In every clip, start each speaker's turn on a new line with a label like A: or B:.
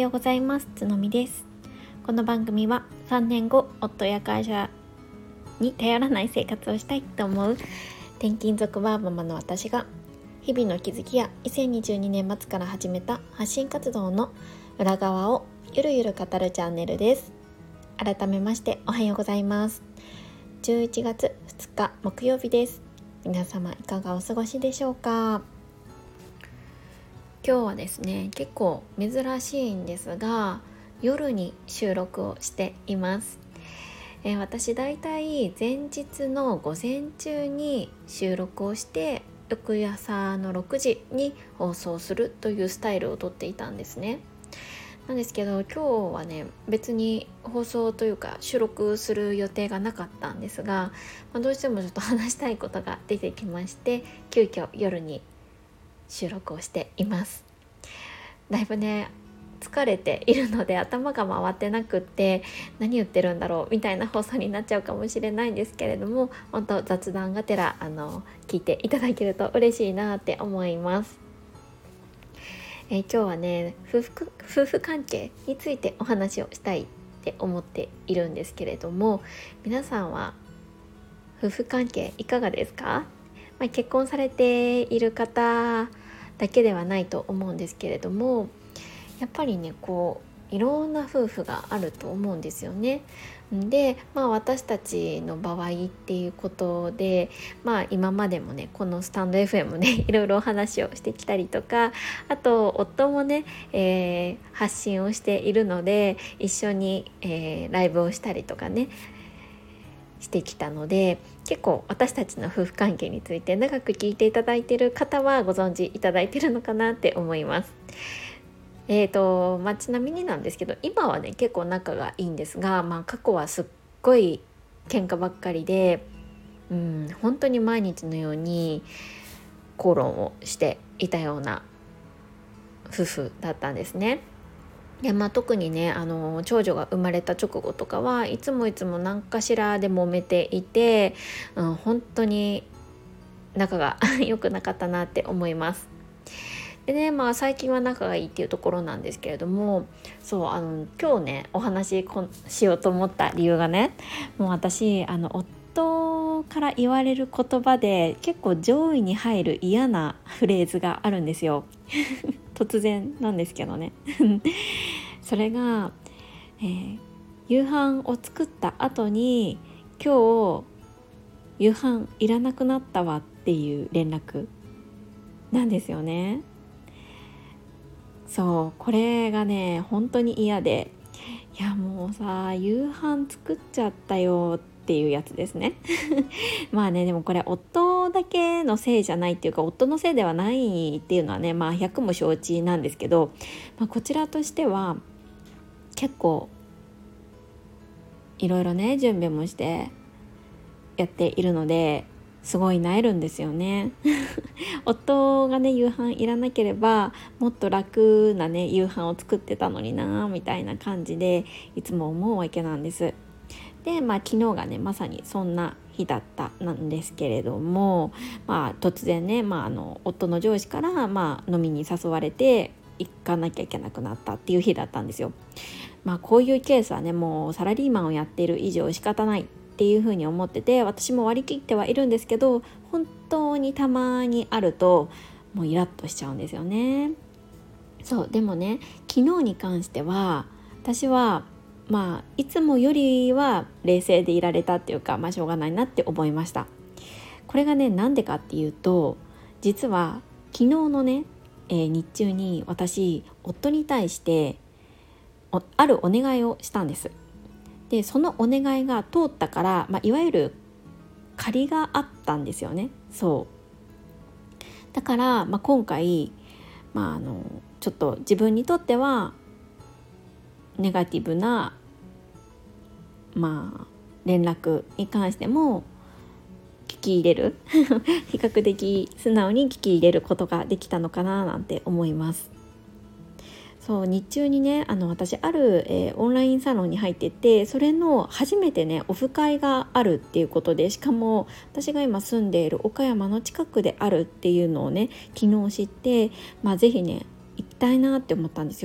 A: ようございます。つのみです。この番組は3年後夫や会社に頼らない生活をしたいと思う転勤族バーママの私が日々の気づきや2022年末から始めた発信活動の裏側をゆるゆる語るチャンネルです。改めましておはようございます。11月2日木曜日です。皆様いかがお過ごしでしょうか。今日はですね、結構珍しいんですが夜に収録をしています。私だいたい前日の午前中に収録をして翌朝の6時に放送するというスタイルをとっていたんですね。なんですけど今日はね、別に放送というか収録する予定がなかったんですが、どうしてもちょっと話したいことが出てきまして、急遽夜に収録をしています。だいぶね疲れているので頭が回ってなくって何言ってるんだろうみたいな放送になっちゃうかもしれないんですけれども、本当雑談がてら聞いていただけると嬉しいなって思います。今日はね夫婦関係についてお話をしたいって思っているんですけれども、皆さんは夫婦関係いかがですか？結婚されている方だけではないと思うんですけれども、やっぱりねいろんな夫婦があると思うんですよね。で、私たちの場合っていうことで、今までもねこのスタンド FM もねいろいろお話をしてきたりとか、あと夫もね、発信をしているので一緒に、ライブをしたりとかねしてきたので、結構私たちの夫婦関係について長く聞いていただいている方はご存知いただいているのかなって思います。ちなみになんですけど、今はね結構仲がいいんですが、過去はすっごい喧嘩ばっかりで、本当に毎日のように口論をしていたような夫婦だったんですね。で特にね長女が生まれた直後とかはいつも何かしらで揉めていて、本当に仲が良くなかったなって思います。でね、最近は仲がいいっていうところなんですけれども、今日ねお話しようと思った理由がね、もう私夫から言われる言葉で結構上位に入る嫌なフレーズがあるんですよ。突然なんですけどね。それが、夕飯を作った後に今日夕飯いらなくなったわっていう連絡なんですよね。これがね本当に嫌で、いやもうさ夕飯作っちゃったよっていうやつですね。でもこれ夫だけのせいじゃないっていうか、夫のせいではないっていうのはね100も承知なんですけど、こちらとしては結構いろいろね準備もしてやっているのですごい萎えるんですよね。夫がね夕飯いらなければもっと楽なね夕飯を作ってたのになみたいな感じでいつも思うわけなんです。で昨日がねまさにそんな日だったなんですけれども、突然ね、夫の上司から、飲みに誘われて行かなきゃいけなくなったっていう日だったんですよ。こういうケースはねもうサラリーマンをやっている以上仕方ないっていうふうに思ってて、私も割り切ってはいるんですけど、本当にたまにあるともうイラッとしちゃうんですよね。でもね昨日に関しては私はいつもよりは冷静でいられたっていうか、しょうがないなって思いました。これがねなんでかっていうと、実は昨日のね、日中に私夫に対してあるお願いをしたんです。でそのお願いが通ったから、いわゆる借りがあったんですよね。だから、今回、ちょっと自分にとってはネガティブな、連絡に関しても聞き入れる比較的素直に聞き入れることができたのかななんて思います。日中にね私ある、オンラインサロンに入ってて、それの初めてねオフ会があるっていうことで、しかも私が今住んでいる岡山の近くであるっていうのをね昨日知って、ぜひね行きたいなって思ったんですよ。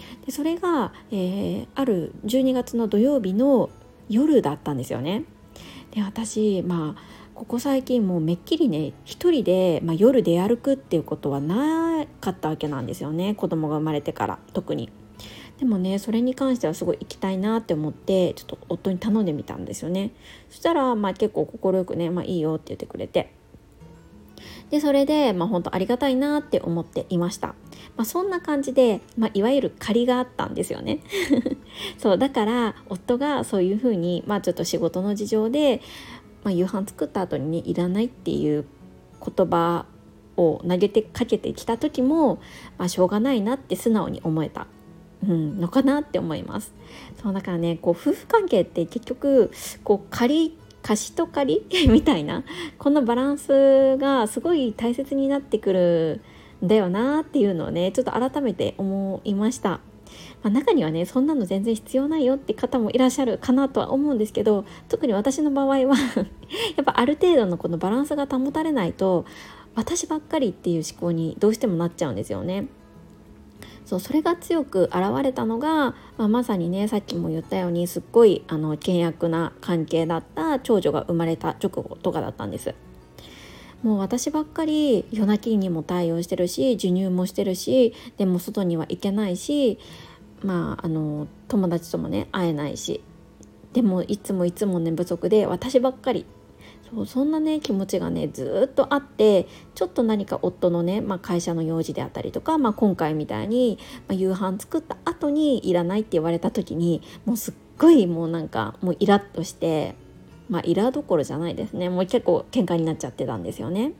A: でそれが、ある12月の土曜日の夜だったんですよね。で私ここ最近もうめっきりね一人で、夜出歩くっていうことはなかったわけなんですよね、子供が生まれてから特に。でもねそれに関してはすごい行きたいなって思ってちょっと夫に頼んでみたんですよね。そしたら結構快くね、いいよって言ってくれて、でそれで本当ありがたいなって思っていました。そんな感じで、いわゆる借りがあったんですよねそうだから夫がそういうふうに、ちょっと仕事の事情で、夕飯作った後にねいらないっていう言葉を投げてかけてきた時も、しょうがないなって素直に思えた、のかなって思います。そうだからね夫婦関係って結局貸しと借りみたいなこのバランスがすごい大切になってくるんだよなっていうのをねちょっと改めて思いました。中にはねそんなの全然必要ないよって方もいらっしゃるかなとは思うんですけど、特に私の場合はやっぱある程度のこのバランスが保たれないと私ばっかりっていう思考にどうしてもなっちゃうんですよね。それが強く現れたのが、まさにねさっきも言ったようにすっごい険悪な関係だった長女が生まれた直後とかだったんです。もう私ばっかり夜泣きにも対応してるし授乳もしてるし、でも外には行けないし、友達ともね会えないし、でもいつも寝不足で私ばっかり、そんなね気持ちがねずっとあって、ちょっと何か夫のね、会社の用事であったりとか、今回みたいに、夕飯作った後にいらないって言われた時にもうすっごいもうイラッとして、イラどころじゃないですね、もう結構喧嘩になっちゃってたんですよね。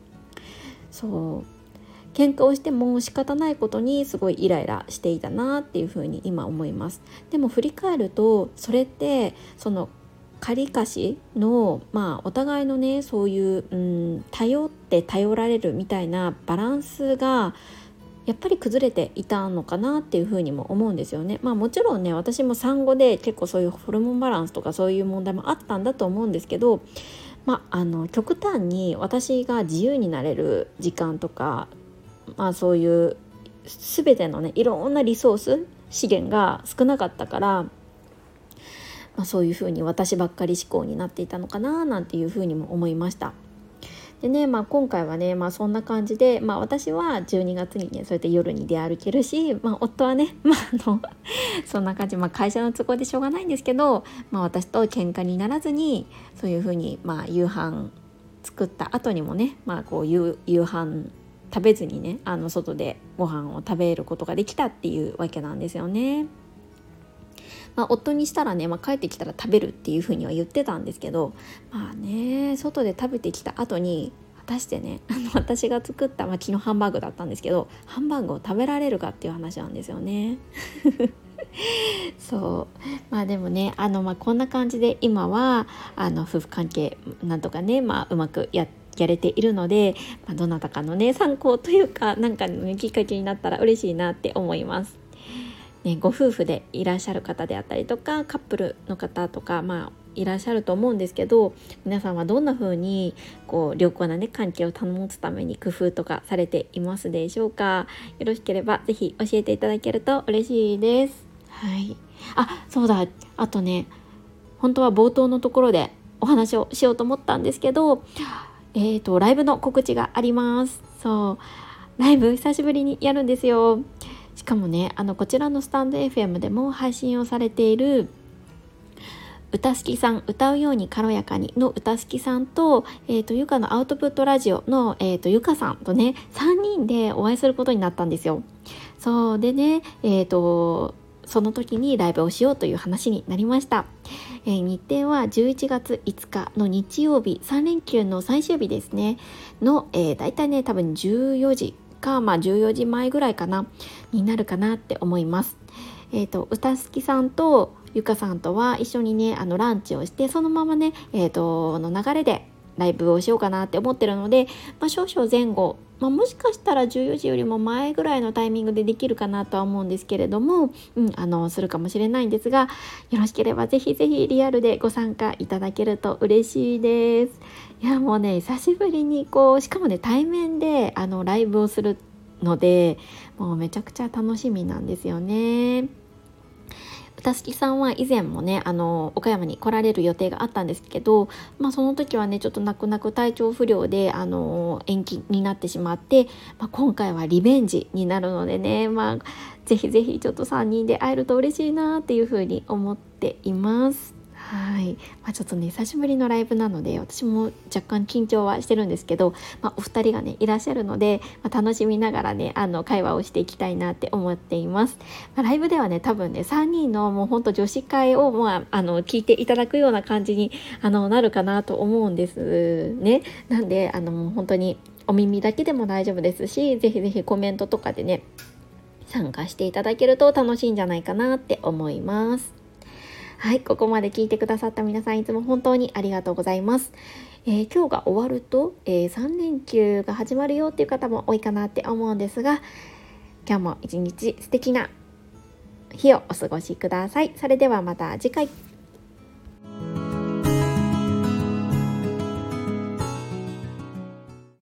A: 喧嘩をしても仕方ないことにすごいイライラしていたなっていうふうに今思います。でも振り返るとそれってその借り貸しの、お互いのねそういう、頼って頼られるみたいなバランスがやっぱり崩れていたのかなっていうふうにも思うんですよね。もちろんね私も産後で結構そういうホルモンバランスとかそういう問題もあったんだと思うんですけど、極端に私が自由になれる時間とか、そういう全てのねいろんなリソース資源が少なかったから、そういうふうに私ばっかり思考になっていたのかななんていうふうにも思いました。でね、今回はね、そんな感じで、私は12月にねそうやって夜に出歩けるし、夫はね、そんな感じ、会社の都合でしょうがないんですけど、私と喧嘩にならずにそういうふうに、夕飯作った後にもね、夕飯食べずにね外でご飯を食べることができたっていうわけなんですよね。夫にしたらね、帰ってきたら食べるっていうふうには言ってたんですけど、外で食べてきた後に果たしてね私が作った、昨日ハンバーグだったんですけどハンバーグを食べられるかっていう話なんですよねでもねこんな感じで今は夫婦関係なんとかね、うまくやれているので、どなたかのね参考というかなんかの、きっかけになったら嬉しいなって思います。ご夫婦でいらっしゃる方であったりとかカップルの方とか、いらっしゃると思うんですけど、皆さんはどんな風に良好なね関係を保つために工夫とかされていますでしょうか。よろしければぜひ教えていただけると嬉しいです。はい。そうだ、あとね本当は冒頭のところでお話をしようと思ったんですけど、ライブの告知があります。ライブ久しぶりにやるんですよ。しかもねこちらのスタンド FM でも配信をされている歌好きさん、歌うように軽やかにの歌好きさんと、ゆかのアウトプットラジオの、ゆかさんとね3人でお会いすることになったんですよ。でねその時にライブをしようという話になりました。日程は11月5日の日曜日、3連休の最終日ですねの、だいたいね多分14時か、14時前ぐらいかなになるかなって思います。歌好きさんとゆかさんとは一緒にねランチをして、そのままねの流れでライブをしようかなって思ってるので、少々前後、もしかしたら14時よりも前ぐらいのタイミングでできるかなとは思うんですけれども、するかもしれないんですが、よろしければぜひぜひリアルでご参加いただけると嬉しいです。いやもうね久しぶりにしかもね対面でライブをするので、もうめちゃくちゃ楽しみなんですよね。歌好きさんは以前もね岡山に来られる予定があったんですけど、その時はねちょっと泣く泣く体調不良で延期になってしまって、今回はリベンジになるのでね、ぜひぜひちょっと3人で会えると嬉しいなっていうふうに思っています。はい、ちょっとね久しぶりのライブなので私も若干緊張はしてるんですけど、お二人がねいらっしゃるので、楽しみながらね会話をしていきたいなって思っています。ライブではね多分ね3人のもうほんと女子会を聞いていただくような感じになるかなと思うんですね。なんでもう本当にお耳だけでも大丈夫ですし、ぜひぜひコメントとかでね参加していただけると楽しいんじゃないかなって思います。はい、ここまで聞いてくださった皆さんいつも本当にありがとうございます。今日が終わると、3連休が始まるよっていう方も多いかなって思うんですが、今日も一日素敵な日をお過ごしください。それではまた次回。